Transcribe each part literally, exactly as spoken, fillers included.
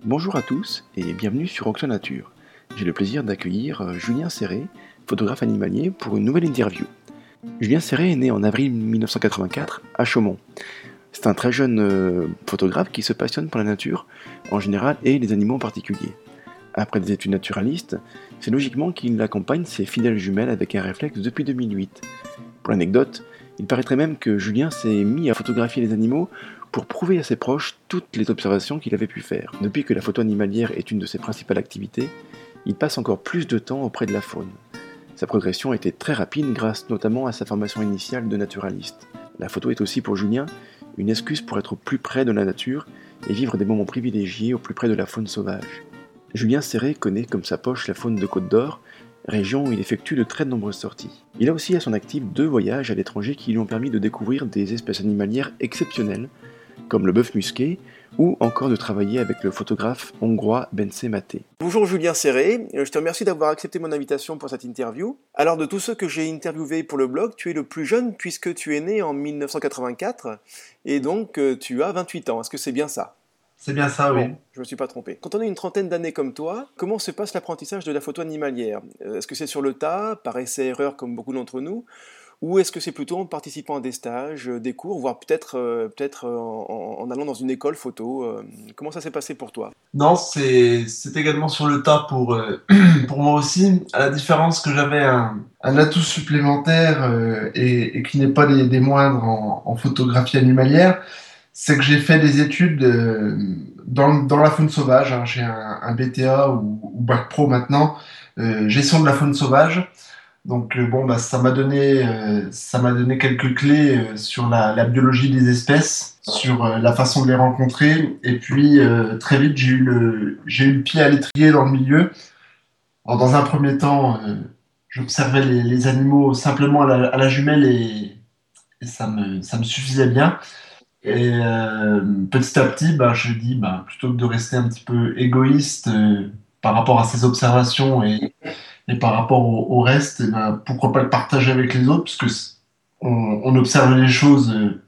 Bonjour à tous et bienvenue sur Oxo Nature. J'ai le plaisir d'accueillir Julien Serré, photographe animalier, pour une nouvelle interview. Julien Serré est né en avril mille neuf cent quatre-vingt-quatre à Chaumont. C'est un très jeune euh, photographe qui se passionne pour la nature en général et les animaux en particulier. Après des études naturalistes, c'est logiquement qu'il accompagne ses fidèles jumelles avec un réflexe depuis deux mille huit. Pour l'anecdote, il paraîtrait même que Julien s'est mis à photographier les animaux pour prouver à ses proches toutes les observations qu'il avait pu faire. Depuis que la photo animalière est une de ses principales activités, il passe encore plus de temps auprès de la faune. Sa progression a été très rapide grâce notamment à sa formation initiale de naturaliste. La photo est aussi pour Julien une excuse pour être au plus près de la nature et vivre des moments privilégiés au plus près de la faune sauvage. Julien Serré connaît comme sa poche la faune de Côte d'Or, région où il effectue de très nombreuses sorties. Il a aussi à son actif deux voyages à l'étranger qui lui ont permis de découvrir des espèces animalières exceptionnelles, comme le bœuf musqué, ou encore de travailler avec le photographe hongrois Bence Máté. Bonjour Julien Serré, je te remercie d'avoir accepté mon invitation pour cette interview. Alors de tous ceux que j'ai interviewés pour le blog, tu es le plus jeune puisque tu es né en mille neuf cent quatre-vingt-quatre, et donc tu as vingt-huit ans, est-ce que c'est bien ça ? C'est bien ça, oui. Bon, je ne me suis pas trompé. Quand on a une trentaine d'années comme toi, comment se passe l'apprentissage de la photo animalière ? Est-ce que c'est sur le tas, par essai-erreur comme beaucoup d'entre nous ? Ou est-ce que c'est plutôt en participant à des stages, des cours, voire peut-être euh, peut-être en, en allant dans une école photo euh, Comment ça s'est passé pour toi ? Non, c'est c'est également sur le tas pour, euh, pour moi aussi, à la différence que j'avais un, un atout supplémentaire euh, et, et qui n'est pas des, des moindres en, en photographie animalière, c'est que j'ai fait des études euh, dans, dans la faune sauvage. Hein. J'ai un, un B T A ou, ou Bac Pro maintenant, euh, gestion de la faune sauvage. Donc euh, bon, bah, ça m'a donné, euh, ça m'a donné quelques clés euh, sur la, la biologie des espèces, sur euh, la façon de les rencontrer. Et puis euh, très vite, j'ai eu le, j'ai eu le pied à l'étrier dans le milieu. Alors, dans un premier temps, euh, j'observais les, les animaux simplement à la, à la jumelle et, et ça me, ça me suffisait bien. Et euh, petit à petit, bah, je dis, bah, plutôt que de rester un petit peu égoïste euh, par rapport à ces observations et et par rapport au, au reste, eh ben, pourquoi pas le partager avec les autres, parce que c- on, on observe les choses euh,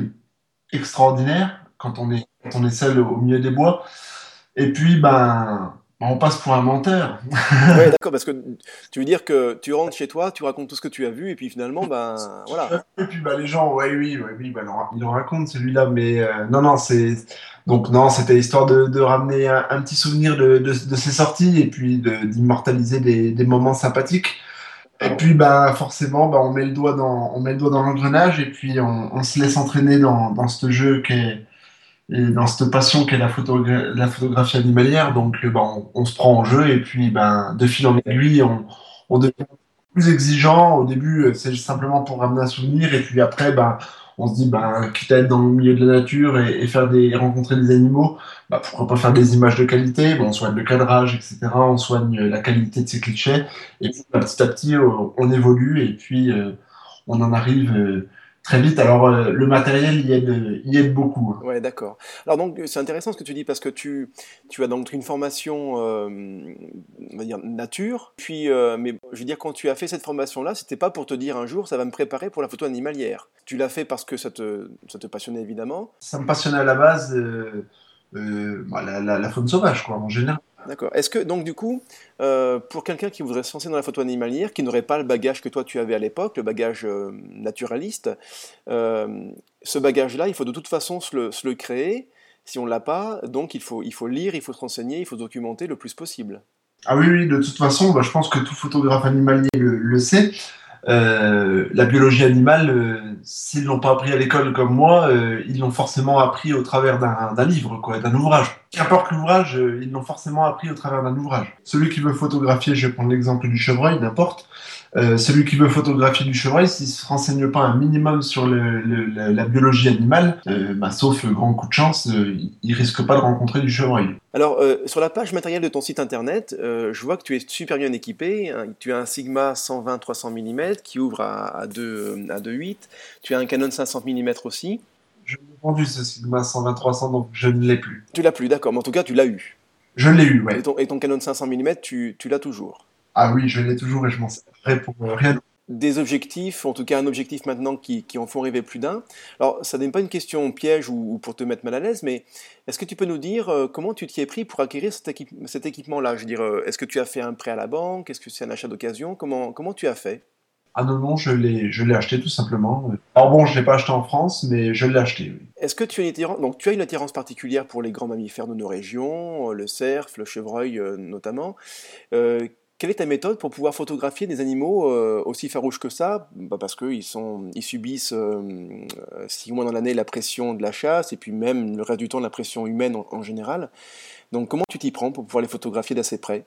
extraordinaires quand on est, quand on est seul au milieu des bois. Et puis, ben, on passe pour un menteur. Ouais, d'accord, parce que tu veux dire que tu rentres chez toi, tu racontes tout ce que tu as vu, et puis finalement, ben voilà. Et puis, ben, les gens, ouais, oui, ouais, oui, ben, il en il en raconte celui-là, mais euh, non, non, c'est. Donc, non, c'était histoire de, de ramener un, un petit souvenir de, de, de ces sorties et puis de- d'immortaliser des, des moments sympathiques. Et puis, bah, forcément, bah, on met le doigt dans, on met le doigt dans l'engrenage et puis on, on se laisse entraîner dans, dans ce jeu qu'est, et dans cette passion qu'est la photogra- la photographie animalière. Donc, euh, bah, on, on se prend en jeu et puis, ben, de fil en aiguille, on, on devient plus exigeant. Au début, euh, c'est simplement pour ramener un souvenir et puis après, ben, on se dit, ben, quitte à être dans le milieu de la nature et, et faire des, rencontrer des animaux, bah, pourquoi pas faire des images de qualité. Bon, on soigne le cadrage, et cetera. On soigne la qualité de ses clichés. Et puis, bah, petit à petit, on, on évolue et puis euh, on en arrive euh, très vite. Alors, euh, le matériel y aide, y aide beaucoup. Hein. Ouais, d'accord. Alors donc c'est intéressant ce que tu dis parce que tu, tu as donc une formation, euh, on va dire nature, puis euh, mais je veux dire quand tu as fait cette formation-là, c'était pas pour te dire un jour ça va me préparer pour la photo animalière. Tu l'as fait parce que ça te, ça te passionnait évidemment. Ça me passionnait à la base euh, euh, bah, la, la, la faune sauvage, quoi, en général. D'accord. Est-ce que donc du coup, euh, pour quelqu'un qui voudrait se lancer dans la photo animalière, qui n'aurait pas le bagage que toi tu avais à l'époque, le bagage euh, naturaliste, euh, ce bagage-là, il faut de toute façon se le, se le créer. Si on l'a pas, donc il faut, il faut lire, il faut se renseigner, il faut se documenter le plus possible. Ah oui, oui, de toute façon, bah, je pense que tout photographe animalier le, le sait. Euh, la biologie animale, euh, s'ils l'ont pas appris à l'école comme moi, euh, ils l'ont forcément appris au travers d'un d'un livre, quoi, d'un ouvrage. Qu'importe l'ouvrage, euh, ils l'ont forcément appris au travers d'un ouvrage. Celui qui veut photographier, je vais prendre l'exemple du chevreuil, n'importe. Euh, celui qui veut photographier du chevreuil, s'il se renseigne pas un minimum sur le, le, la, la biologie animale, euh, bah, sauf grand coup de chance, euh, il risque pas de rencontrer du chevreuil. Alors, euh, sur la page matérielle de ton site internet, euh, je vois que tu es super bien équipé. Hein. Tu as un Sigma cent vingt trois cents millimètres qui ouvre à, à deux virgule huit. Tu as un Canon cinq cents millimètres aussi. Je l'ai vendu ce Sigma cent vingt trois cents, donc je ne l'ai plus. Tu l'as plus, d'accord, mais en tout cas, tu l'as eu. Je l'ai eu, Et ouais. ton, et ton Canon cinq cents millimètres, tu, tu l'as toujours. Ah oui, je l'ai toujours et je m'en servirai pour euh, rien. des objectifs, en tout cas un objectif maintenant qui, qui en font rêver plus d'un. Alors, ça n'est pas une question piège ou, ou pour te mettre mal à l'aise, mais est-ce que tu peux nous dire euh, comment tu t'y es pris pour acquérir cet, équipe, cet équipement-là? Je veux dire, euh, est-ce que tu as fait un prêt à la banque? Est-ce que c'est un achat d'occasion? Comment, comment tu as fait? Ah non, non, je l'ai, je l'ai acheté tout simplement. Alors bon, je l'ai pas acheté en France, mais je l'ai acheté, oui. Est-ce que tu as une attirance, donc tu as une attirance particulière pour les grands mammifères de nos régions, euh, le cerf, le chevreuil euh, notamment. Euh, Quelle est ta méthode pour pouvoir photographier des animaux euh, aussi farouches que ça? Bah, parce qu'ils sont, ils subissent euh, euh, six mois dans l'année la pression de la chasse et puis même le reste du temps la pression humaine en, en général. Donc comment tu t'y prends pour pouvoir les photographier d'assez près?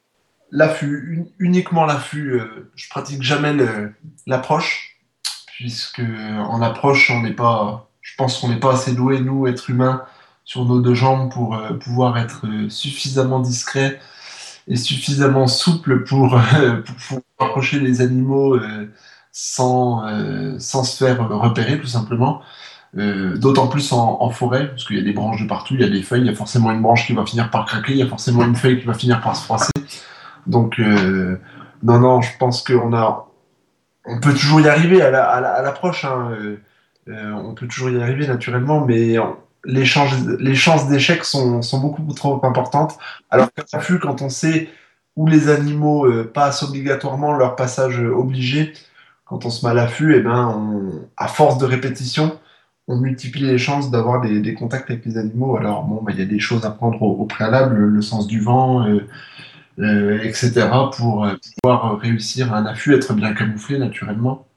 L'affût, un- uniquement l'affût. Euh, je pratique jamais le- l'approche, puisque en approche, on n'est pas, je pense qu'on n'est pas assez doué, nous, êtres humains, sur nos deux jambes pour euh, pouvoir être euh, suffisamment discret et suffisamment souple pour, euh, pour pouvoir approcher les animaux euh, sans, euh, sans se faire repérer, tout simplement. Euh, d'autant plus en, en forêt, parce qu'il y a des branches de partout, il y a des feuilles, il y a forcément une branche qui va finir par craquer, il y a forcément une feuille qui va finir par se froisser. Donc, euh, non, non, je pense qu'on a, on peut toujours y arriver à la- à la- à l'approche, hein, euh, euh, on peut toujours y arriver naturellement, mais on- les chances, les chances d'échec sont, sont beaucoup trop importantes. Alors qu'à l'affût, quand on sait où les animaux euh, passent obligatoirement leur passage obligé, quand on se met à l'affût, eh ben, on- à force de répétition, on multiplie les chances d'avoir des, des contacts avec les animaux. Alors, bon, bah, il y a des choses à prendre au, au préalable, le, le sens du vent, euh, euh, et cetera, pour euh, pouvoir réussir un affût, être bien camouflé naturellement,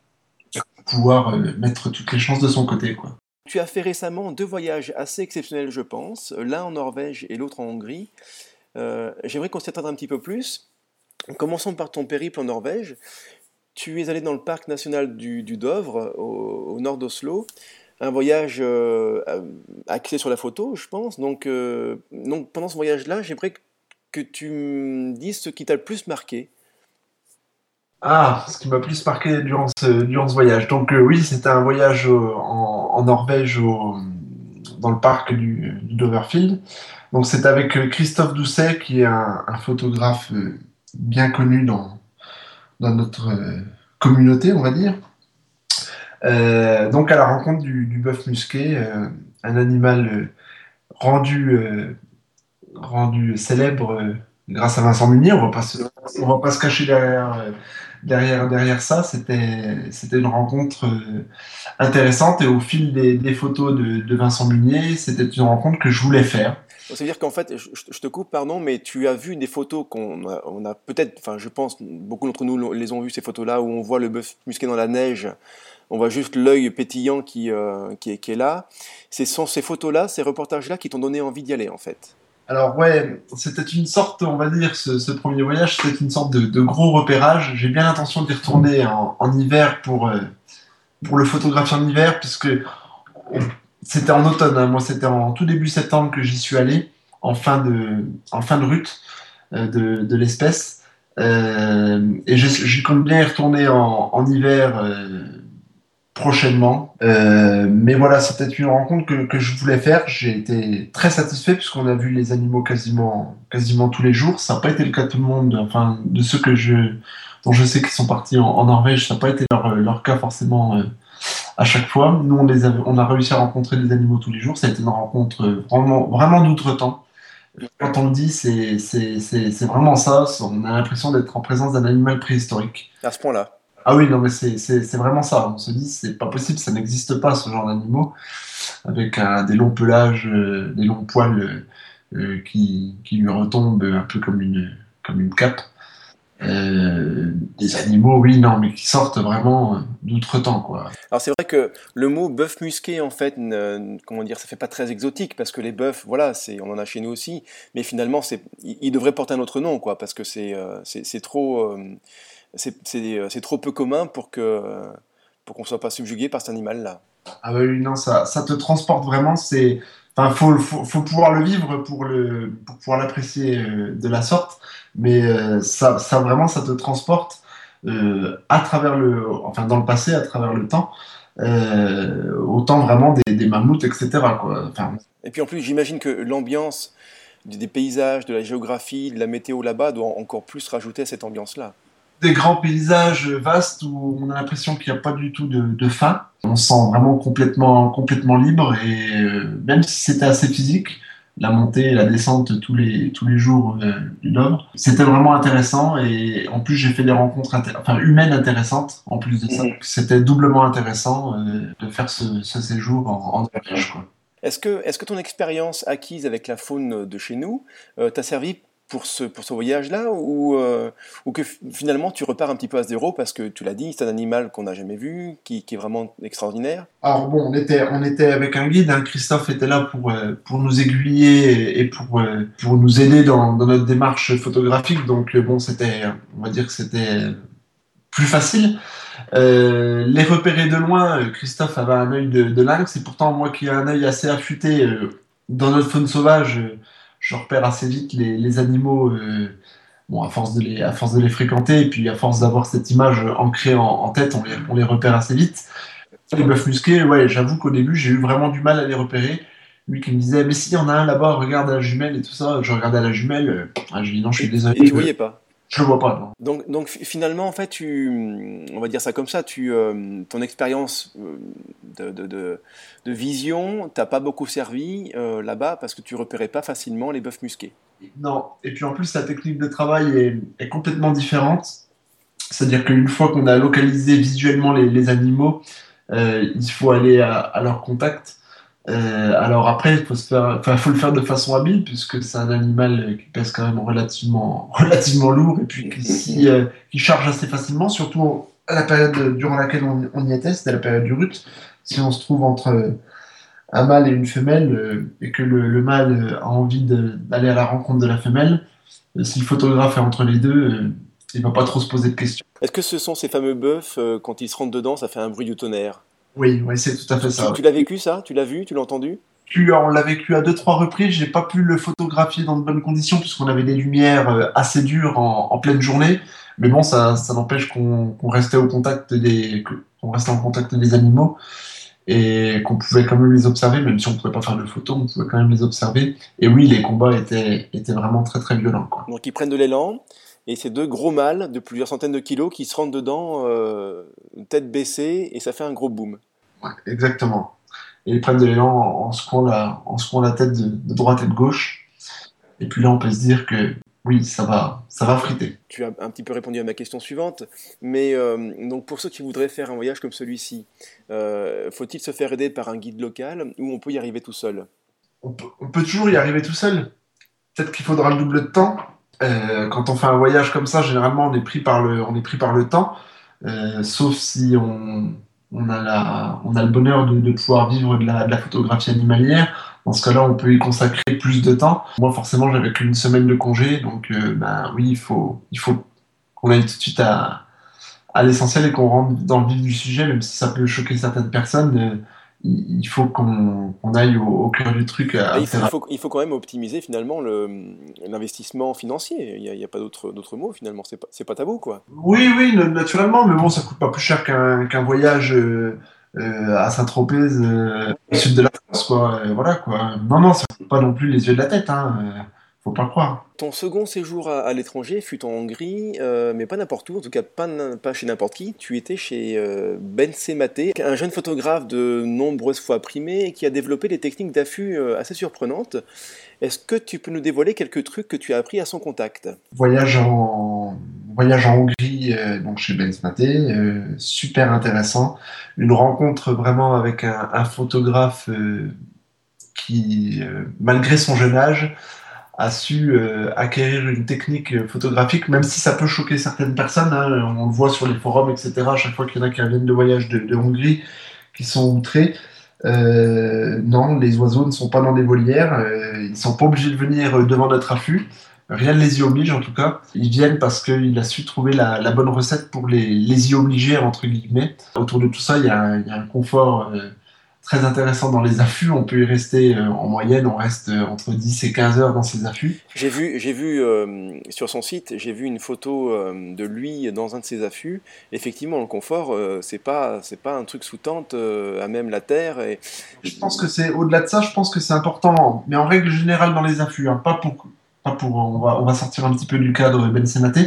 pouvoir euh, mettre toutes les chances de son côté, quoi. Tu as fait récemment deux voyages assez exceptionnels, je pense, l'un en Norvège et l'autre en Hongrie. Euh, j'aimerais qu'on s'y attarde un petit peu plus. Commençons par ton périple en Norvège. Tu es allé dans le parc national du, du Dovre, au, au nord d'Oslo. Un voyage euh, euh, axé sur la photo, je pense. Donc, euh, donc pendant ce voyage-là, j'aimerais que que tu me dises ce qui t'a le plus marqué. Ah, ce qui m'a plus marqué durant ce, durant ce voyage. Donc euh, oui, c'était un voyage au- en, en Norvège, au- dans le parc du, du Doverfield. Donc c'est avec euh, Christophe Doucet, qui est un, un photographe euh, bien connu dans, dans notre euh, communauté, on va dire. Euh, donc à la rencontre du, du bœuf musqué, euh, un animal euh, rendu, euh, rendu célèbre euh, grâce à Vincent Munier. On va pas se, on va pas se cacher derrière, euh, derrière, derrière ça. C'était, c'était une rencontre euh, intéressante et au fil des, des photos de, de Vincent Munier, c'était une rencontre que je voulais faire. Donc, ça veut dire qu'en fait, je, je te coupe, pardon, mais tu as vu des photos qu'on a, on a peut-être, enfin je pense, beaucoup d'entre nous les ont vues, ces photos-là, où on voit le bœuf musqué dans la neige, on voit juste l'œil pétillant qui, euh, qui, est, qui est là. Ce sont ces photos-là, ces reportages-là qui t'ont donné envie d'y aller, en fait. Alors ouais, c'était une sorte, on va dire, ce, ce premier voyage, c'était une sorte de, de gros repérage. J'ai bien l'intention d'y retourner en, en hiver pour, euh, pour le photographier en hiver, puisque on- c'était en automne, hein. Moi c'était en tout début septembre que j'y suis allé, en fin de, en fin de rut euh, de, de l'espèce. Euh, et je, je compte bien y retourner en, en hiver euh, prochainement. Euh, mais voilà, c'était une rencontre que, que je voulais faire. J'ai été très satisfait puisqu'on a vu les animaux quasiment, quasiment tous les jours. Ça n'a pas été le cas de tout le monde, enfin de ceux que je, dont je sais qu'ils sont partis en, en Norvège, ça n'a pas été leur, leur cas forcément euh, à chaque fois. Nous, on, les a, on a réussi à rencontrer des animaux tous les jours. Ça a été une rencontre euh, vraiment, vraiment d'outre-temps. Quand on le dit, c'est c'est- c'est- c'est vraiment ça. On a l'impression d'être en présence d'un animal préhistorique. À ce point-là. Ah oui, non, mais c'est c'est- c'est vraiment ça. On se dit, c'est pas possible, ça n'existe pas, ce genre d'animaux, avec un- des longs pelages, euh, des longs poils euh, euh, qui, qui lui retombent un peu comme une, comme une cape. Euh, des animaux, oui, non, mais qui sortent vraiment euh, d'outre-temps, quoi. Alors c'est vrai que le mot bœuf musqué, en fait, ne- comment dire, ça fait pas très exotique, parce que les bœufs, voilà, c'est, on en a chez nous aussi, mais finalement, c'est, il il devrait porter un autre nom, quoi, parce que c'est, euh, c'est, c'est trop, euh, c'est, c'est, euh, c'est trop peu commun pour que, euh, pour qu'on soit pas subjugué par cet animal-là. Ah bah oui, non, ça, ça te transporte vraiment. C'est, enfin, faut, faut, faut pouvoir le vivre pour le, pour pouvoir l'apprécier euh, de la sorte. Mais euh, ça, ça vraiment, ça te transporte euh, à travers le, enfin, dans le passé, à travers le temps, euh, autant vraiment des, des mammouths, et cetera, quoi. Enfin, Et puis en plus, j'imagine que l'ambiance des des paysages, de la géographie, de la météo là-bas doit encore plus rajouter à cette ambiance-là. des grands paysages vastes où on a l'impression qu'il n'y a pas du tout de, de fin. On se sent vraiment complètement, complètement libre et euh, même si c'était assez physique, la montée et la descente tous les, tous les jours euh, du Dovre, c'était vraiment intéressant et en plus j'ai fait des rencontres intér- enfin, humaines intéressantes en plus de ça. Mhm. C'était doublement intéressant euh, de faire ce, ce séjour en, en Norvège, quoi. Est-ce que, est-ce que ton expérience acquise avec la faune de chez nous euh, t'a servi pour ce, pour ce voyage-là ou, euh, ou que f- finalement tu repars un petit peu à zéro parce que tu l'as dit, c'est un animal qu'on n'a jamais vu, qui, qui est vraiment extraordinaire? Alors bon, on était, on était avec un guide, hein. Christophe était là pour, euh, pour nous aiguiller et pour, euh, pour nous aider dans, dans notre démarche photographique. Donc euh, bon, c'était, on va dire que c'était plus facile. Euh, les repérer de loin, euh, Christophe avait un œil de, de lynx et pourtant moi qui ai un œil assez affûté euh, dans notre faune sauvage, euh, je repère assez vite les, les animaux. Euh, bon, à force de les, à force de les fréquenter et puis à force d'avoir cette image ancrée en, en tête, on les, on les repère assez vite. Les bœufs musqués, ouais, j'avoue qu'au début, j'ai eu vraiment du mal à les repérer. Lui qui me disait, mais si, il y en a un là-bas, regarde à la jumelle et tout ça. Je regardais à la jumelle, euh, ah, je lui dis non, je suis Et, et tu désolé, euh, voyais pas? je le vois pas, non. Donc, donc fi- finalement, en fait, tu, on va dire ça comme ça, tu, euh, ton expérience euh, de, de, de, de vision t'a pas beaucoup servi euh, là-bas parce que tu repérais pas facilement les bœufs musqués. Non. Et puis en plus, la technique de travail est, est complètement différente. C'est-à-dire qu'une fois qu'on a localisé visuellement les, les animaux, euh, il faut aller à, à leur contact. Euh, alors après, il faut se faire, enfin, faut le faire de façon habile puisque c'est un animal qui pèse quand même relativement, relativement lourd et puis qui, si, euh, qui charge assez facilement, surtout à la période durant laquelle on, on y était, c'était la période du rut. Si on se trouve entre un mâle et une femelle euh, et que le, le mâle a envie de- d'aller à la rencontre de la femelle, euh, si le photographe est entre les deux, euh, il va pas trop se poser de questions. Est-ce que ce sont ces fameux bœufs, euh, quand ils se rentrent dedans, ça fait un bruit du tonnerre? Oui, oui, c'est tout à fait Tu, tu, ça. tu l'as vécu ça? Tu l'as vu? Tu l'as entendu? Puis, on l'a vécu à deux, trois reprises. J'ai pas pu le photographier dans de bonnes conditions puisqu'on avait des lumières euh, assez dures en, en pleine journée. Mais bon, ça, ça n'empêche qu'on qu'on restait au contact des, qu'on restait en contact des animaux et qu'on pouvait quand même les observer, même si on pouvait pas faire de photos, on pouvait quand même les observer. Et oui, les combats étaient, étaient vraiment très très violents, quoi. Donc ils prennent de l'élan, et c'est deux gros mâles de plusieurs centaines de kilos qui se rentrent dedans, euh, tête baissée, et ça fait un gros boom. Ouais, exactement. Et ils prennent de l'élan en, en secouant la, en secouant la tête de, de droite et de gauche. Et puis là, on peut se dire que oui, ça va, ça va friter. Tu as un petit peu répondu à ma question suivante, mais euh, donc pour ceux qui voudraient faire un voyage comme celui-ci, euh, faut-il se faire aider par un guide local ou on peut y arriver tout seul? On peut, on peut toujours y arriver tout seul. Peut-être qu'il faudra le double de temps. Euh, quand on fait un voyage comme ça, généralement, on est pris par le, on est pris par le temps. Euh, sauf si on, on a la, on a le bonheur de, de pouvoir vivre de la, de la photographie animalière. Dans ce cas-là, on peut y consacrer plus de temps. Moi, forcément, j'avais qu'une semaine de congé, donc euh, ben, oui, il faut, il faut qu'on aille tout de suite à, à l'essentiel et qu'on rentre dans le vif du sujet, même si ça peut choquer certaines personnes. Euh, il il faut qu'on qu'on aille au, au cœur du truc Mais il faut, assez il rapidement. faut, il faut quand même optimiser finalement le, l'investissement financier. Il n'y a, il y a pas d'autre, d'autre mot finalement, c'est pas, c'est pas tabou quoi. Oui, oui, na- naturellement, mais bon, ça coûte pas plus cher qu'un qu'un voyage euh, euh, à Saint-Tropez, euh, au sud de la France, quoi. Euh, voilà, quoi. Non, non, ça coûte pas non plus les yeux de la tête, hein. Euh, faut pas le croire. Ton second séjour à, à l'étranger fut en Hongrie, euh, mais pas n'importe où, en tout cas pas, n- pas chez n'importe qui. Tu étais chez euh, Ben Semate, un jeune photographe de nombreuses fois primé et qui a développé des techniques d'affût euh, assez surprenantes. Est-ce que tu peux nous dévoiler quelques trucs que tu as appris à son contact? Voyage en, voyage en Hongrie, euh, donc chez Ben Smaté, euh, super intéressant. Une rencontre vraiment avec un, un photographe euh, qui, euh, malgré son jeune âge, a su euh, acquérir une technique euh, photographique, même si ça peut choquer certaines personnes, hein. On le voit sur les forums, et cetera. À chaque fois qu'il y en a qui reviennent de voyage de, de Hongrie, qui sont outrés. Euh, non, les oiseaux ne sont pas dans des volières, euh, ils sont pas obligés de venir euh, devant notre affût. Rien ne les y oblige en tout cas. Ils viennent parce qu'il a su trouver la, la bonne recette pour les, les y obliger, entre guillemets. Autour de tout ça, il y a, un- il y a un confort euh, très intéressant dans les affûts. On peut y rester euh, en moyenne, on reste euh, entre dix et quinze heures dans ces affûts. J'ai vu, j'ai vu euh, sur son site, j'ai vu une photo euh, de lui dans un de ses affûts. Effectivement, le confort, euh, c'est pas, c'est pas un truc sous tente euh, à même la terre. Et Je pense que c'est au-delà de ça, je pense que c'est important, mais en règle générale dans les affûts, hein, pas pour, pas pour, on va, on va sortir un petit peu du cadre Ben Sénaté.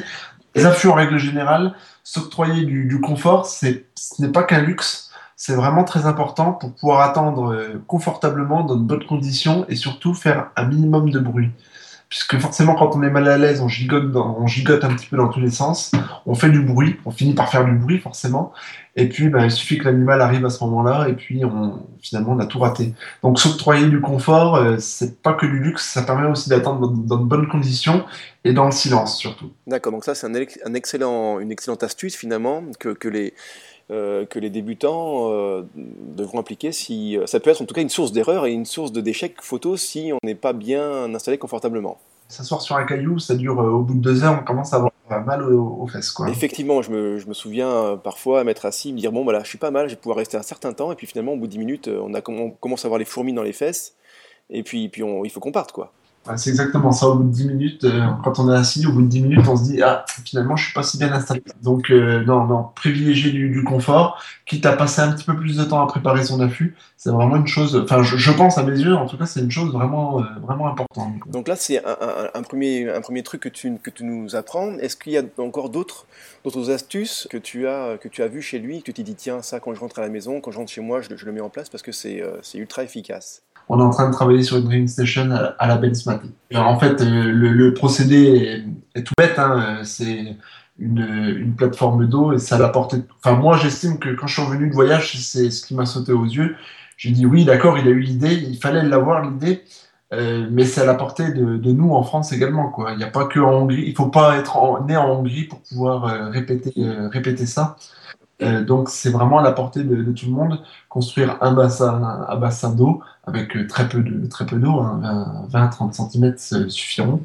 Les affûts, en règle générale, s'octroyer du, du confort, c'est, ce n'est pas qu'un luxe, c'est vraiment très important pour pouvoir attendre euh, confortablement dans de bonnes conditions et surtout faire un minimum de bruit. Puisque forcément, quand on est mal à l'aise, on gigote, dans- on gigote un petit peu dans tous les sens, on fait du bruit, on finit par faire du bruit forcément, et puis ben, il suffit que l'animal arrive à ce moment-là, et puis on, finalement on a tout raté. Donc s'octroyer du confort, euh, c'est pas que du luxe, ça permet aussi d'attendre dans, dans de bonnes conditions et dans le silence surtout. D'accord, donc ça c'est un, ex- un excellent, une excellente astuce finalement que, que les, euh, que les débutants euh, devront appliquer si ça peut être en tout cas une source d'erreur et une source de d'échec photo si on n'est pas bien installé confortablement. S'asseoir sur un caillou, ça dure euh, au bout de deux heures, on commence à avoir mal aux, aux fesses, quoi. Effectivement, je me, je me souviens euh, parfois m'être assis, me dire bon voilà, je suis pas mal, je vais pouvoir rester un certain temps et puis finalement au bout de dix minutes, euh, on, a, on commence à avoir les fourmis dans les fesses et puis, puis on, il faut qu'on parte quoi. Ouais, c'est exactement ça. Au bout de dix minutes, euh, quand on est assis, au bout de dix minutes, on se dit ah, finalement, je suis pas si bien installé. Donc, euh, non, non, privilégier du, du confort, quitte à passer un petit peu plus de temps à préparer son affût, c'est vraiment une chose. Enfin, je, je pense à mes yeux, en tout cas, c'est une chose vraiment, euh, vraiment importante. Donc là, c'est un, un- un premier, un premier truc que tu, que tu nous apprends. Est-ce qu'il y a encore d'autres, d'autres astuces que tu as, que tu as vues chez lui, que tu t'es dit tiens, ça quand je rentre à la maison, quand je rentre chez moi, je, le- je le mets en place parce que c'est euh, c'est ultra efficace. On est en train de travailler sur une ring station à, à la Bensmati. Alors, en fait, euh, le, le procédé est, est tout bête, hein. euh, C'est une, une plateforme d'eau et ça à la portée. Enfin, moi, j'estime que quand je suis revenu de voyage, c'est ce qui m'a sauté aux yeux. J'ai dit oui, d'accord, il a eu l'idée, il fallait l'avoir l'idée, euh, mais c'est à la portée de, de nous en France également, quoi. Il n'y a pas que en Hongrie. Il faut pas être en- né en Hongrie pour pouvoir euh, répéter, euh, répéter ça. Euh, donc c'est vraiment à la portée de, de tout le monde. Construire un bassin, un bassin d'eau avec euh, très peu de très peu d'eau, hein, vingt à trente centimètres suffiront.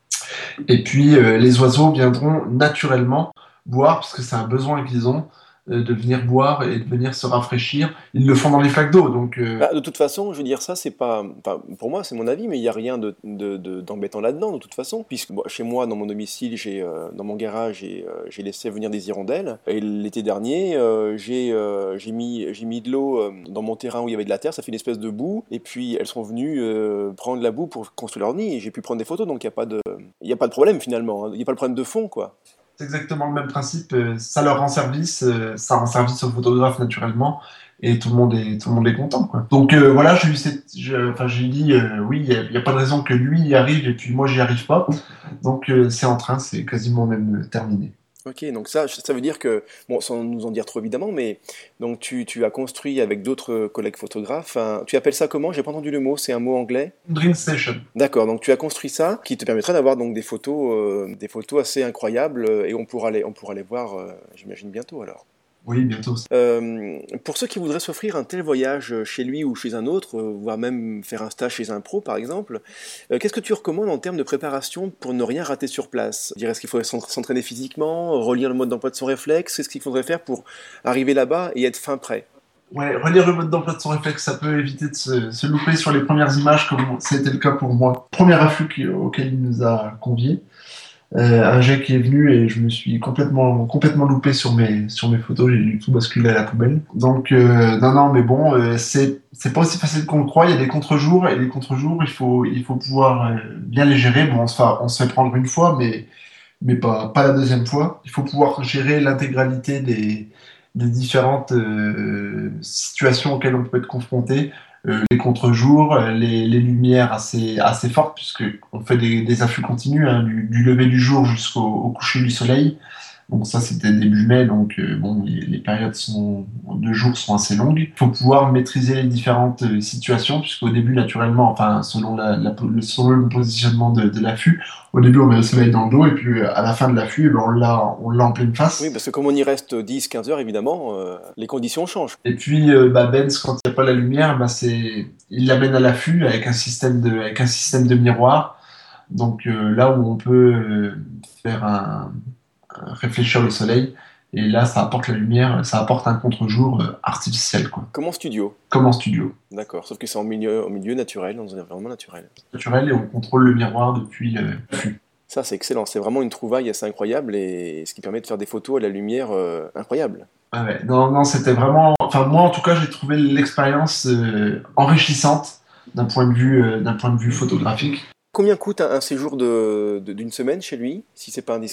Et puis euh, les oiseaux viendront naturellement boire, parce que c'est un besoin qu'ils ont, euh, de venir boire et de venir se rafraîchir. Ils le font dans les flaques d'eau, donc euh, Bah, de toute façon, je veux dire, ça, c'est pas. Enfin, pour moi, c'est mon avis, mais il n'y a rien de, de- de- d'embêtant là-dedans, de toute façon. Puisque bon, chez moi, dans mon domicile, j'ai, euh, dans mon garage, j'ai, euh, j'ai laissé venir des hirondelles. Et l'été dernier, euh, j'ai, euh, j'ai mis, j'ai mis de l'eau euh, dans mon terrain où il y avait de la terre, ça fait une espèce de boue. Et puis, elles sont venues euh, prendre la boue pour construire leur nid. Et j'ai pu prendre des photos, donc il n'y a pas de, il y a pas de problème finalement, hein. Il n'y a pas de problème de fond, quoi. c'est exactement le même principe. euh, Ça leur rend service, euh, ça rend service au photographe naturellement, et tout le monde est, tout le monde est content, quoi. Donc euh, voilà, j'ai eu cette, je- enfin j'ai dit euh, oui, il n'y a, y a pas de raison que lui y arrive et puis moi j'y arrive pas. Donc euh, c'est en train, c'est quasiment même euh, terminé. Ok, donc ça, ça veut dire que, bon, sans nous en dire trop évidemment, mais donc tu, tu as construit avec d'autres collègues photographes, un- tu appelles ça comment? J'ai pas entendu le mot, c'est un mot anglais? Drink station. D'accord, donc tu as construit ça, qui te permettra d'avoir donc des photos, euh, des photos assez incroyables, euh, et on pourra les, on pourra les voir, euh, j'imagine bientôt alors. Oui, bientôt. Euh, pour ceux qui voudraient s'offrir un tel voyage chez lui ou chez un autre, euh, voire même faire un stage chez un pro par exemple, euh, qu'est-ce que tu recommandes en termes de préparation pour ne rien rater sur place? Est-ce qu'il faudrait s'entra- s'entraîner physiquement, relire le mode d'emploi de son réflexe? Qu'est-ce qu'il faudrait faire pour arriver là-bas et être fin prêt? Ouais, relire le mode d'emploi de son réflexe, ça peut éviter de se, se louper sur les premières images, comme c'était le cas pour moi. Premier affût qui- auquel il nous a conviés. Euh, un jet qui est venu et je me suis complètement, complètement loupé sur mes, sur mes photos, j'ai dû tout basculer à la poubelle. Donc, euh, non, non, mais bon, euh, c'est, c'est pas aussi facile qu'on le croit, il y a des contre-jours, et les contre-jours, il faut, il faut pouvoir euh, bien les gérer. Bon, on se fait, on se fait prendre une fois, mais, mais pas, pas la deuxième fois. Il faut pouvoir gérer l'intégralité des, des différentes euh, situations auxquelles on peut être confronté. Euh, les contre-jours, euh, les, les lumières assez, assez fortes, puisque on fait des, des affûts continus, hein, du, du lever du jour jusqu'au au coucher du soleil. Donc ça, c'était début mai, donc euh, bon, les, les périodes sont, de jour sont assez longues. Il faut pouvoir maîtriser les différentes euh, situations, puisqu'au début, naturellement, enfin, selon, la, la- le, selon le positionnement de, de l'affût, au début, on met le soleil dans le dos, et puis euh, à la fin de l'affût, eh ben, on l'a, on l'a en pleine Oui, face. parce que comme on y reste dix quinze heures, évidemment, euh, les conditions changent. Et puis, euh, bah, Benz, quand il n'y a pas la lumière, bah, c'est, il l'amène à l'affût avec un système de, avec un système de miroir. Donc euh, là où on peut euh, faire un, un- réfléchir le soleil, et là ça apporte la lumière, ça apporte un contre-jour euh, artificiel, quoi. Comme en studio. Comme en studio. D'accord, sauf que c'est en milieu, en milieu naturel, dans un environnement naturel. Naturel, et on contrôle le miroir depuis le flux. Ça, c'est excellent. C'est vraiment une trouvaille assez incroyable et ce qui permet de faire des photos à la lumière euh, incroyable. Ah ouais. Non, non, c'était vraiment. Enfin, moi en tout cas, j'ai trouvé l'expérience euh, enrichissante d'un point de vue, euh, d'un point de vue photographique. Combien coûte un, un séjour de, de- d'une semaine chez lui, si c'est pas indiscret?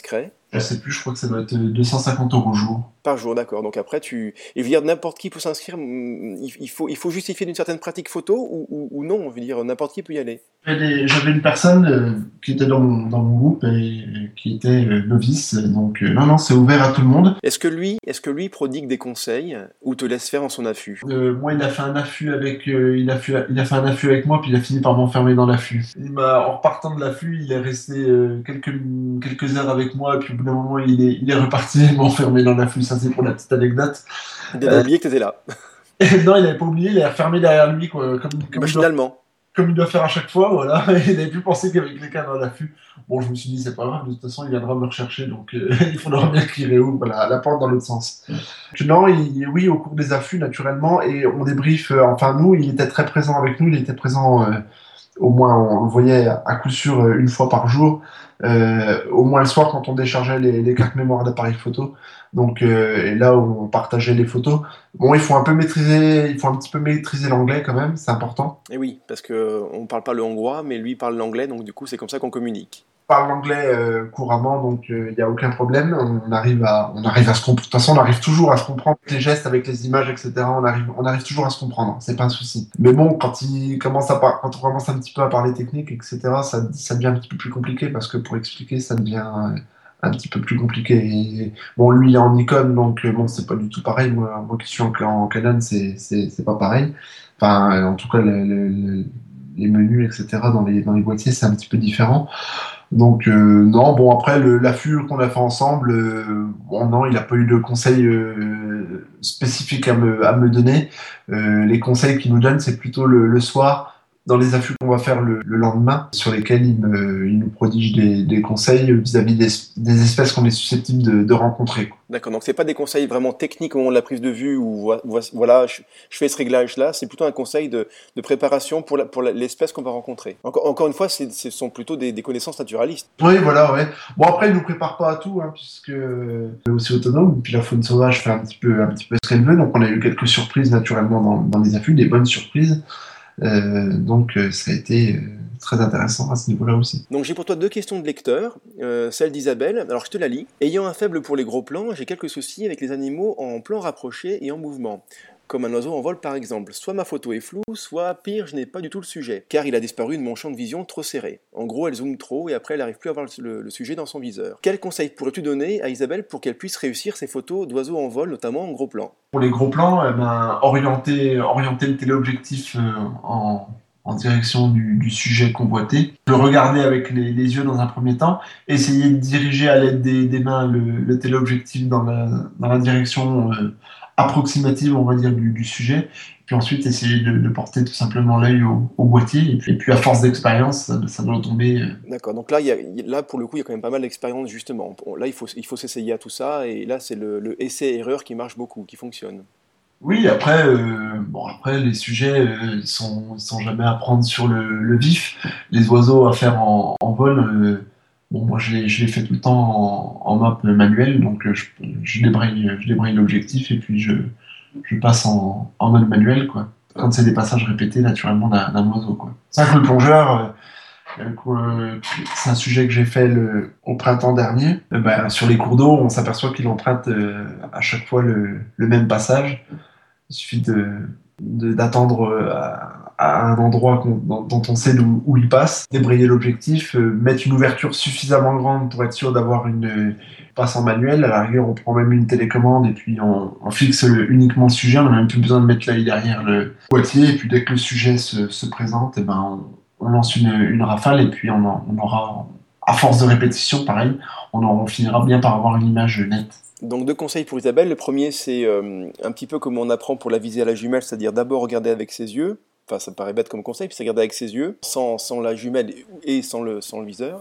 Je sais plus, je crois que ça doit être deux cent cinquante euros jour. Par jour, d'accord. Donc après, tu... Et je veux dire, n'importe qui peut s'inscrire, hum, il il faut, il faut justifier d'une certaine pratique photo ou, ou, ou non, je veux dire, n'importe qui peut y aller. J'avais j'avais une personne euh, qui était dans mon, dans mon groupe et euh, qui était euh, novice, donc euh, non, non, c'est ouvert à tout le monde. Est-ce que lui, est-ce que lui prodigue des conseils ou te laisse faire en son affût? Euh, moi, il a fait un affût avec, euh, il a fait, il a fait un affût avec moi, puis il a fini par m'enfermer dans l'affût. Il m'a, en repartant de l'affût, il est resté euh, quelques, quelques heures avec moi, et puis au bout d'un moment, il est, il est reparti et m'enfermer dans l'affût. Ça, c'est pour la petite anecdote. Il avait Euh, oublié que t'étais là, non, il avait pas oublié, il est refermé derrière lui, quoi, comme, comme il doit machinalement. comme il doit faire à chaque fois, voilà. Il n'avait plus pensé qu'avec les cannes à l'affût. Bon, je me suis dit, c'est pas grave, de toute façon, il viendra me rechercher, donc euh, il faudra bien qu'il réouvre la, la porte dans l'autre sens. Non, il- oui, au cours des affûts, naturellement, et on débriefe, euh, enfin, nous, il était très présent avec nous, il était présent, euh, au moins, on le voyait à coup sûr euh, une fois par jour, euh, au moins le soir quand on déchargeait les, les cartes mémoire d'appareil photo. Donc, euh, et là où on partageait les photos. Bon, il faut un peu maîtriser, il faut un petit peu maîtriser l'anglais quand même, c'est important. Et oui, parce que on parle pas le hongrois, mais lui parle l'anglais, donc du coup, c'est comme ça qu'on communique. Parle l'anglais euh, couramment, donc il n'y a aucun problème. On arrive à, on arrive à se comprendre. De toute façon, on arrive toujours à se comprendre avec les gestes, avec les images, et cetera. On arrive, on arrive toujours à se comprendre. C'est pas un souci. Mais bon, quand il commence à par- quand on commence un petit peu à parler technique, et cetera, ça, ça devient un petit peu plus compliqué parce que pour expliquer, ça devient euh, un petit peu plus compliqué. Et, bon, lui, il est en Nikon, donc euh, bon, c'est pas du tout pareil. Moi, moi qui suis en, en Canon, c'est, c'est, c'est pas pareil. Enfin, euh, en tout cas, le- le- le- les menus, et cetera, dans les, dans les boîtiers, c'est un petit peu différent. Donc euh, non, bon après le l'affût qu'on a fait ensemble, euh, bon non, il n'a pas eu de conseils euh, spécifiques à me, à me donner. Euh, les conseils qu'il nous donne, c'est plutôt le, le soir, dans les affûts qu'on va faire le, le lendemain, sur lesquels il, me, il nous prodige des, des conseils vis-à-vis des, des espèces qu'on est susceptible de, de rencontrer. D'accord, donc c'est pas des conseils vraiment techniques au moment de la prise de vue ou voi- voi- voilà, je, je fais ce réglage-là, c'est plutôt un conseil de, de préparation pour la- pour la- l'espèce qu'on va rencontrer. Encore, encore une fois, c'est- ce sont plutôt des, des connaissances naturalistes. Oui, voilà, ouais. Bon après, il nous prépare pas à tout, hein, puisque euh, il est aussi autonome. Puis la faune sauvage fait un petit peu, un petit peu ce qu'elle veut, donc on a eu quelques surprises naturellement dans, dans les affûts, des bonnes surprises. Euh, donc euh, ça a été euh, très intéressant à ce niveau-là aussi. Donc j'ai pour toi deux questions de lecteur, euh, celle d'Isabelle, alors je te la lis. Ayant un faible pour les gros plans, j'ai quelques soucis avec les animaux en plan rapproché et en mouvement. Comme un oiseau en vol par exemple. Soit ma photo est floue, soit pire, je n'ai pas du tout le sujet, car il a disparu de mon champ de vision trop serré. En gros, elle zoome trop et après elle n'arrive plus à voir le, le sujet dans son viseur. Quel conseil pourrais-tu donner à Isabelle pour qu'elle puisse réussir ses photos d'oiseaux en vol, notamment en gros plan? Pour les gros plans, eh ben, orienter, orienter le téléobjectif euh, en, en direction du, du sujet convoité, le regarder avec les, les yeux dans un premier temps, essayer de diriger à l'aide des, des mains le, le téléobjectif dans la, dans la direction euh, approximative, on va dire, du, du sujet, puis ensuite essayer de, de porter tout simplement l'œil au, au boîtier, et puis, et puis à force d'expérience, ça, ça doit tomber. euh. D'accord, donc là, il y a- là, pour le coup, il y a quand même pas mal d'expérience justement. Bon, là, il faut, il faut s'essayer à tout ça, et là, c'est le, le essai-erreur qui marche beaucoup, qui fonctionne. Oui, après, euh, bon, après les sujets, euh, ils sont, ils sont jamais à prendre sur le, le vif. Les oiseaux à faire en, en vol, euh, bon, moi je les, je les fais tout le temps en, en map manuel, donc euh, je, je débraye, je débraye l'objectif et puis je, je passe en, en mode manuel, quoi. Quand c'est des passages répétés, naturellement, d'un d'un oiseau, quoi. C'est vrai que le plongeur, euh, euh, quoi, euh, c'est un sujet que j'ai fait le, au printemps dernier. Euh, ben, sur les cours d'eau, on s'aperçoit qu'il emprunte euh, à chaque fois le, le même passage. Il suffit de, de- d'attendre euh, à, à un endroit qu'on- dont, dont on sait d'où- où il passe, débrayer l'objectif, euh, mettre une ouverture suffisamment grande pour être sûr d'avoir une euh, passe en manuel. À la rigueur, on prend même une télécommande et puis on, on fixe le- uniquement le sujet. On n'a même plus besoin de mettre l'œil derrière le boîtier. Et puis dès que le sujet se, se présente, eh ben, on, on lance une, une rafale et puis on, en- on aura, à force de répétition, pareil, on, en- on finira bien par avoir une image nette. Donc deux conseils pour Isabelle. Le premier, c'est euh, un petit peu comme on apprend pour la visée à la jumelle, c'est-à-dire d'abord regarder avec ses yeux. Enfin, ça me paraît bête comme conseil, puis c'est regarder avec ses yeux, sans, sans la jumelle et sans le, sans le viseur.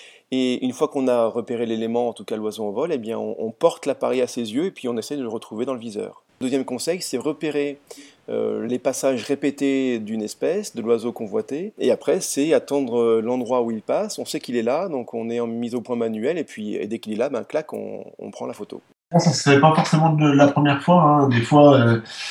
Et une fois qu'on a repéré l'élément, en tout cas l'oiseau en vol, eh bien on, on porte l'appareil à ses yeux et puis on essaie de le retrouver dans le viseur. Deuxième conseil, c'est repérer euh, les passages répétés d'une espèce, de l'oiseau convoité. Et après, c'est attendre euh, l'endroit où il passe. On sait qu'il est là, donc on est en mise au point manuel. Et puis et dès qu'il est là, ben, clac, on, on prend la photo. Bon, ça se fait pas forcément de la première fois, hein. Des fois, euh,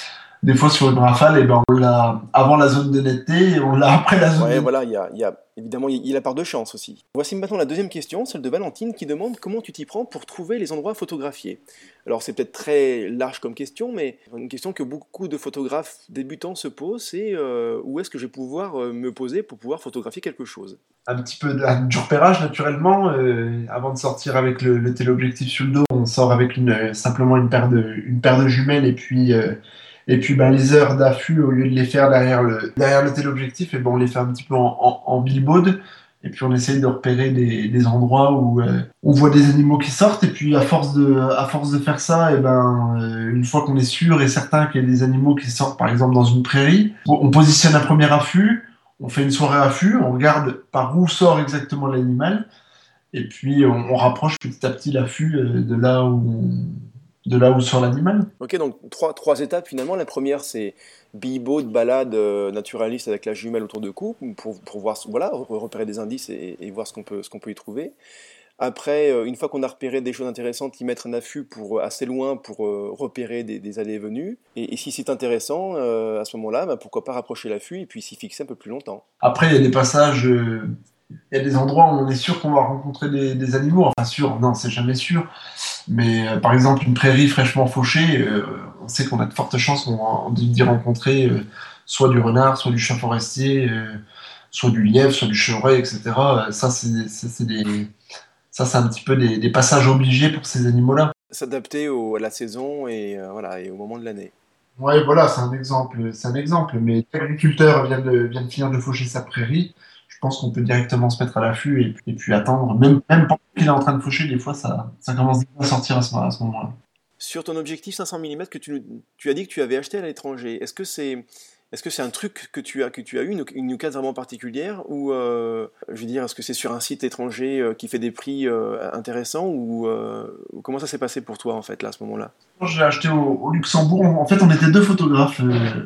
des fois sur une rafale, et ben on l'a avant la zone de netteté et on l'a après la zone Ouais, de voilà, il y a, il y a- évidemment, il y a la part de chance aussi. Voici maintenant la deuxième question, celle de Valentine, qui demande comment tu t'y prends pour trouver les endroits photographiés. Alors c'est peut-être très large comme question, mais une question que beaucoup de photographes débutants se posent, c'est euh, où est-ce que je vais pouvoir euh, me poser pour pouvoir photographier quelque chose? un petit peu de, du repérage naturellement. Euh, avant de sortir avec le, le téléobjectif sur le dos, on sort avec une, euh, simplement une paire de, une paire de jumelles et puis, euh, et puis ben, les heures d'affût, au lieu de les faire derrière le, derrière le téléobjectif, et ben, on les fait un petit peu en, en, en billboard. Et puis on essaye de repérer des, des endroits où euh, on voit des animaux qui sortent. Et puis à force de, à force de faire ça, et ben, euh, une fois qu'on est sûr et certain qu'il y a des animaux qui sortent, par exemple dans une prairie, on positionne un premier affût. On fait une soirée à affût, on regarde par où sort exactement l'animal, et puis on, on rapproche petit à petit l'affût euh, de là où de là où sort l'animal. Ok, donc trois, trois étapes finalement. La première, c'est billboard, balade euh, naturaliste avec la jumelle autour de cou, pour, pour voir, voilà, repérer des indices et, et voir ce qu'on peut, ce qu'on peut y trouver. Après, euh, une fois qu'on a repéré des choses intéressantes, y mettre un affût pour, euh, assez loin pour euh, repérer des, des allées et venues. Et, et si c'est intéressant, euh, à ce moment-là, bah, pourquoi pas rapprocher l'affût et puis s'y fixer un peu plus longtemps. Après, il y a des passages, euh, il y a des endroits où on est sûr qu'on va rencontrer des, des animaux. Enfin, sûr, non, c'est jamais sûr. Mais euh, par exemple, une prairie fraîchement fauchée, euh, on sait qu'on a de fortes chances on, on, d'y rencontrer euh, soit du renard, soit du chat forestier, euh, soit du lièvre, soit du chevreuil, et cetera. Euh, Ça, c'est c'est- c'est des, ça, c'est un petit peu des, des passages obligés pour ces animaux-là. S'adapter au- à la saison et, euh, voilà, et au moment de l'année. Ouais, voilà, c'est un exemple, c'est un exemple. Mais l'agriculteur vient de, vient de finir de faucher sa prairie. Je pense qu'on peut directement se mettre à l'affût et, et puis attendre. Même, même pendant qu'il est en train de faucher, des fois, ça, ça commence déjà à sortir à ce, à ce moment-là. Sur ton objectif cinq cents millimètres que tu, nous- tu as dit que tu avais acheté à l'étranger, est-ce que c'est est-ce que c'est un truc que tu as que tu as eu une, une occasion vraiment particulière ou euh, je veux dire est-ce que c'est sur un site étranger euh, qui fait des prix euh, intéressants ou, euh, ou comment ça s'est passé pour toi en fait là à ce moment-là? Quand je l'ai acheté au, au Luxembourg, en fait, on était deux photographes euh,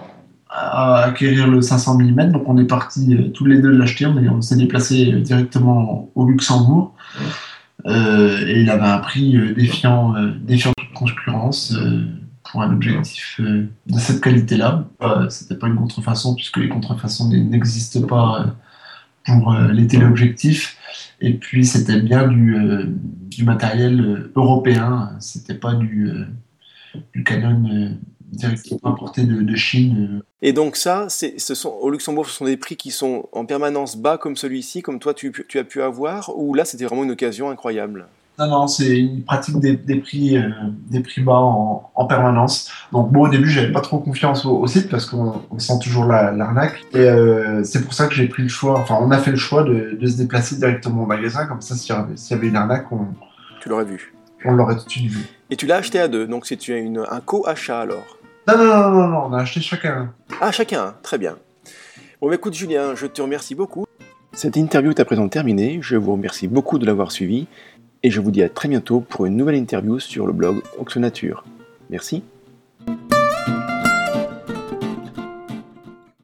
à acquérir le cinq cents millimètres. Donc, on est partis euh, tous les deux de l'acheter. On, est- on s'est déplacé euh, directement au Luxembourg. Euh, et il avait un prix euh, défiant, euh, défiant toute concurrence euh, pour un objectif euh, de cette qualité-là. Euh, c'était pas une contrefaçon puisque les contrefaçons n'existent pas euh, pour euh, les téléobjectifs. Et puis c'était bien du, euh, du matériel euh, européen. C'était pas du, euh, du Canon euh, directement importé de, de Chine. euh. Et donc ça, c'est, ce sont, au Luxembourg, ce sont des prix qui sont en permanence bas comme celui-ci, comme toi tu, tu as pu avoir, ou là c'était vraiment une occasion incroyable? Non, non, c'est une pratique des, des prix, euh, des prix bas en, en permanence. Donc, bon, au début, j'avais pas trop confiance au, au site parce qu'on on sent toujours la- l'arnaque. Et euh, c'est pour ça que j'ai pris le choix, enfin, on a fait le choix de, de se déplacer directement au magasin. Comme ça, s'il y avait, s'il y avait une arnaque, on, Tu l'aurais vu. on l'aurait tout de suite vu. Et tu l'as acheté à deux, donc c'est tu as une, un co-achat alors. Non, non, non, non, non, on a acheté chacun. Ah, chacun, hein, très bien. Bon, bah, écoute Julien, je te remercie beaucoup. Cette interview est à présent terminée, je vous remercie beaucoup de l'avoir suivie, et je vous dis à très bientôt pour une nouvelle interview sur le blog Oxonature. Merci.